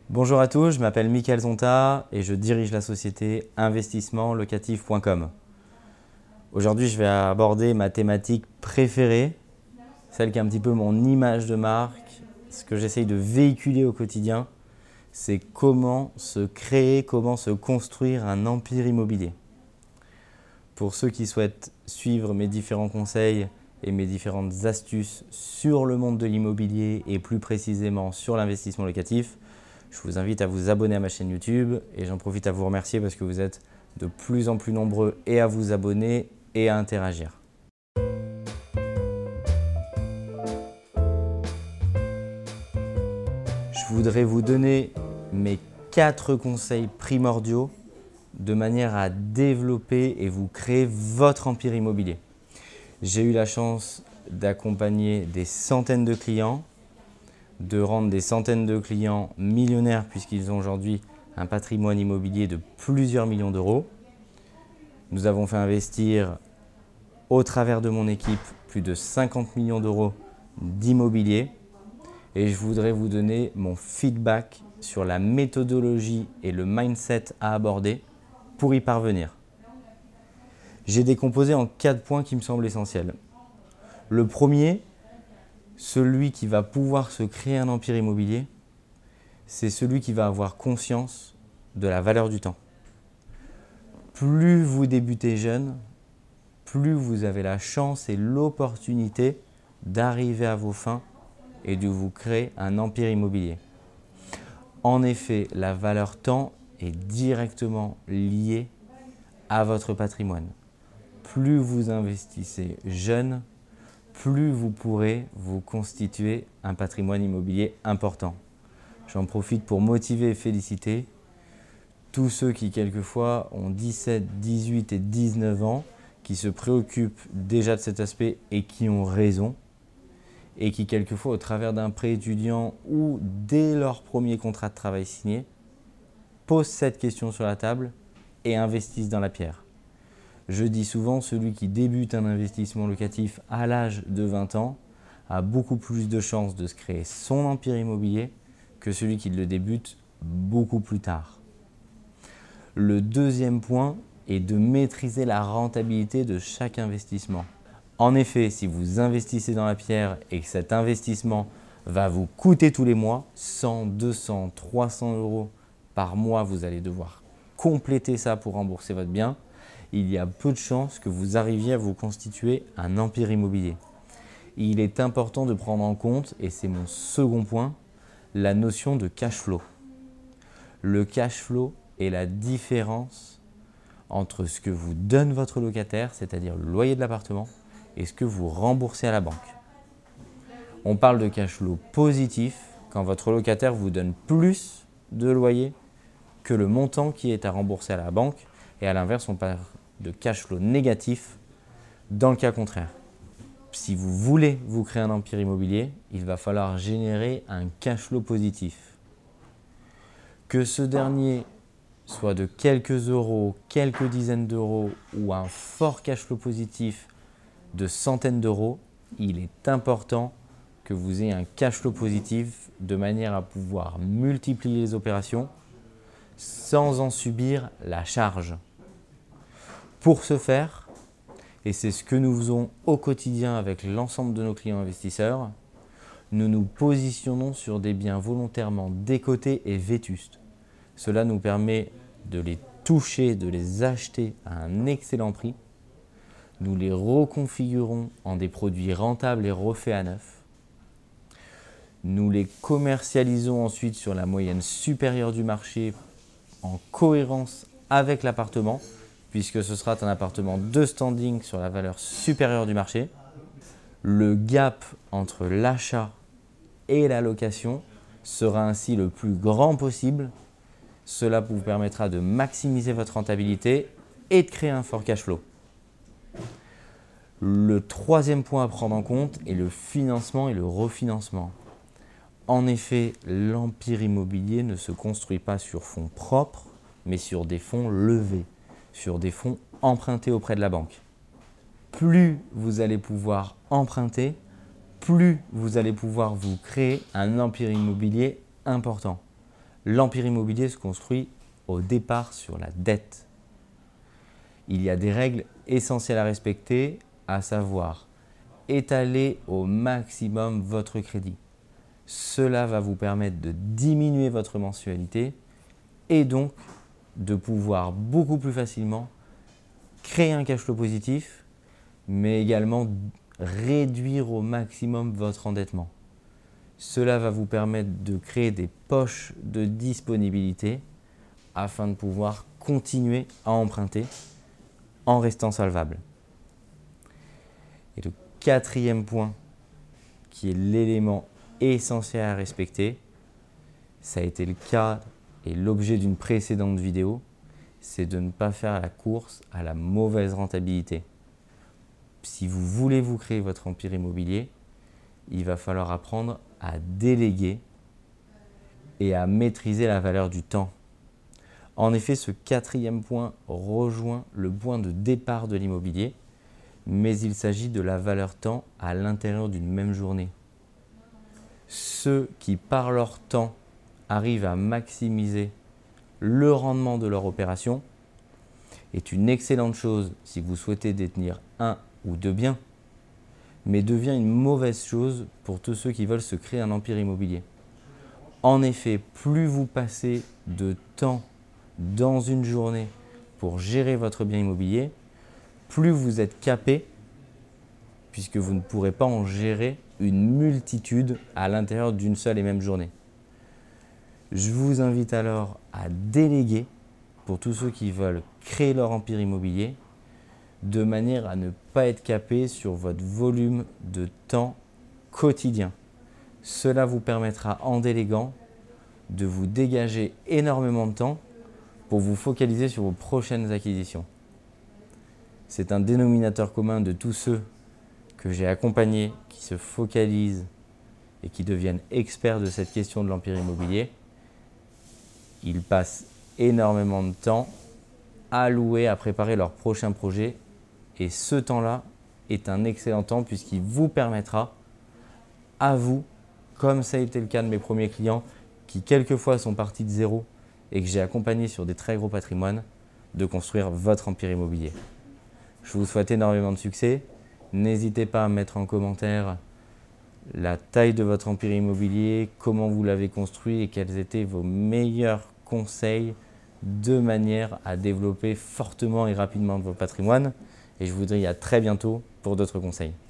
Bonjour à tous, je m'appelle Mickaël Zonta et je dirige la société investissementlocatif.com. Aujourd'hui, je vais aborder ma thématique préférée, celle qui est un petit peu mon image de marque, ce que j'essaye de véhiculer au quotidien, c'est comment se créer, comment se construire un empire immobilier. Pour ceux qui souhaitent suivre mes différents conseils et mes différentes astuces sur le monde de l'immobilier et plus précisément sur l'investissement locatif, je vous invite à vous abonner à ma chaîne YouTube et j'en profite à vous remercier parce que vous êtes de plus en plus nombreux et à vous abonner et à interagir. Je voudrais vous donner mes 4 conseils primordiaux de manière à développer et vous créer votre empire immobilier. J'ai eu la chance d'accompagner des centaines de clients, de rendre des centaines de clients millionnaires puisqu'ils ont aujourd'hui un patrimoine immobilier de plusieurs millions d'euros. Nous avons fait investir au travers de mon équipe plus de 50 millions d'euros d'immobilier et je voudrais vous donner mon feedback sur la méthodologie et le mindset à aborder pour y parvenir. J'ai décomposé en 4 points qui me semblent essentiels. Le premier, celui qui va pouvoir se créer un empire immobilier, c'est celui qui va avoir conscience de la valeur du temps. Plus vous débutez jeune, plus vous avez la chance et l'opportunité d'arriver à vos fins et de vous créer un empire immobilier. En effet, la valeur temps est directement liée à votre patrimoine. Plus vous investissez jeune, plus vous pourrez vous constituer un patrimoine immobilier important. J'en profite pour motiver et féliciter tous ceux qui quelquefois ont 17, 18 et 19 ans, qui se préoccupent déjà de cet aspect et qui ont raison, et qui quelquefois au travers d'un prêt étudiant ou dès leur premier contrat de travail signé, posent cette question sur la table et investissent dans la pierre. Je dis souvent, celui qui débute un investissement locatif à l'âge de 20 ans a beaucoup plus de chances de se créer son empire immobilier que celui qui le débute beaucoup plus tard. Le deuxième point est de maîtriser la rentabilité de chaque investissement. En effet, si vous investissez dans la pierre et que cet investissement va vous coûter tous les mois 100, 200, 300 euros par mois, vous allez devoir compléter ça pour rembourser votre bien. Il y a peu de chances que vous arriviez à vous constituer un empire immobilier. Il est important de prendre en compte, et c'est mon second point, la notion de cash flow. Le cash flow est la différence entre ce que vous donne votre locataire, c'est-à-dire le loyer de l'appartement, et ce que vous remboursez à la banque. On parle de cash flow positif quand votre locataire vous donne plus de loyer que le montant qui est à rembourser à la banque, et à l'inverse, on parle de cash flow négatif dans le cas contraire. Si vous voulez vous créer un empire immobilier, il va falloir générer un cash flow positif. Que ce dernier soit de quelques euros, quelques dizaines d'euros ou un fort cash flow positif de centaines d'euros, il est important que vous ayez un cash flow positif de manière à pouvoir multiplier les opérations sans en subir la charge. Pour ce faire, et c'est ce que nous faisons au quotidien avec l'ensemble de nos clients investisseurs, nous nous positionnons sur des biens volontairement décotés et vétustes. Cela nous permet de les toucher, de les acheter à un excellent prix. Nous les reconfigurons en des produits rentables et refaits à neuf. Nous les commercialisons ensuite sur la moyenne supérieure du marché en cohérence avec l'appartement, puisque ce sera un appartement de standing sur la valeur supérieure du marché. Le gap entre l'achat et la location sera ainsi le plus grand possible. Cela vous permettra de maximiser votre rentabilité et de créer un fort cash flow. Le troisième point à prendre en compte est le financement et le refinancement. En effet, l'empire immobilier ne se construit pas sur fonds propres, mais sur des fonds levés, sur des fonds empruntés auprès de la banque. Plus vous allez pouvoir emprunter, plus vous allez pouvoir vous créer un empire immobilier important. L'empire immobilier se construit au départ sur la dette. Il y a des règles essentielles à respecter, à savoir étaler au maximum votre crédit. Cela va vous permettre de diminuer votre mensualité et donc de pouvoir beaucoup plus facilement créer un cash flow positif, mais également réduire au maximum votre endettement. Cela va vous permettre de créer des poches de disponibilité afin de pouvoir continuer à emprunter en restant solvable. Et le quatrième point, qui est l'élément essentiel à respecter, ça a été le cas et l'objet d'une précédente vidéo, c'est de ne pas faire la course à la mauvaise rentabilité. Si vous voulez vous créer votre empire immobilier, il va falloir apprendre à déléguer et à maîtriser la valeur du temps. En effet, ce quatrième point rejoint le point de départ de l'immobilier, mais il s'agit de la valeur temps à l'intérieur d'une même journée. Ceux qui, par leur temps, arrivent à maximiser le rendement de leur opération est une excellente chose si vous souhaitez détenir un ou deux biens, mais devient une mauvaise chose pour tous ceux qui veulent se créer un empire immobilier. En effet, plus vous passez de temps dans une journée pour gérer votre bien immobilier, plus vous êtes capé, puisque vous ne pourrez pas en gérer une multitude à l'intérieur d'une seule et même journée. Je vous invite alors à déléguer pour tous ceux qui veulent créer leur empire immobilier, de manière à ne pas être capé sur votre volume de temps quotidien. Cela vous permettra, en déléguant, de vous dégager énormément de temps pour vous focaliser sur vos prochaines acquisitions. C'est un dénominateur commun de tous ceux que j'ai accompagnés qui se focalisent et qui deviennent experts de cette question de l'empire immobilier. Ils passent énormément de temps alloués à préparer leur prochain projet et ce temps-là est un excellent temps puisqu'il vous permettra à vous, comme ça a été le cas de mes premiers clients qui quelquefois sont partis de zéro et que j'ai accompagné sur des très gros patrimoines, de construire votre empire immobilier. Je vous souhaite énormément de succès. N'hésitez pas à mettre en commentaire la taille de votre empire immobilier, comment vous l'avez construit et quels étaient vos meilleurs conseils de manière à développer fortement et rapidement votre patrimoine. Et je vous dis à très bientôt pour d'autres conseils.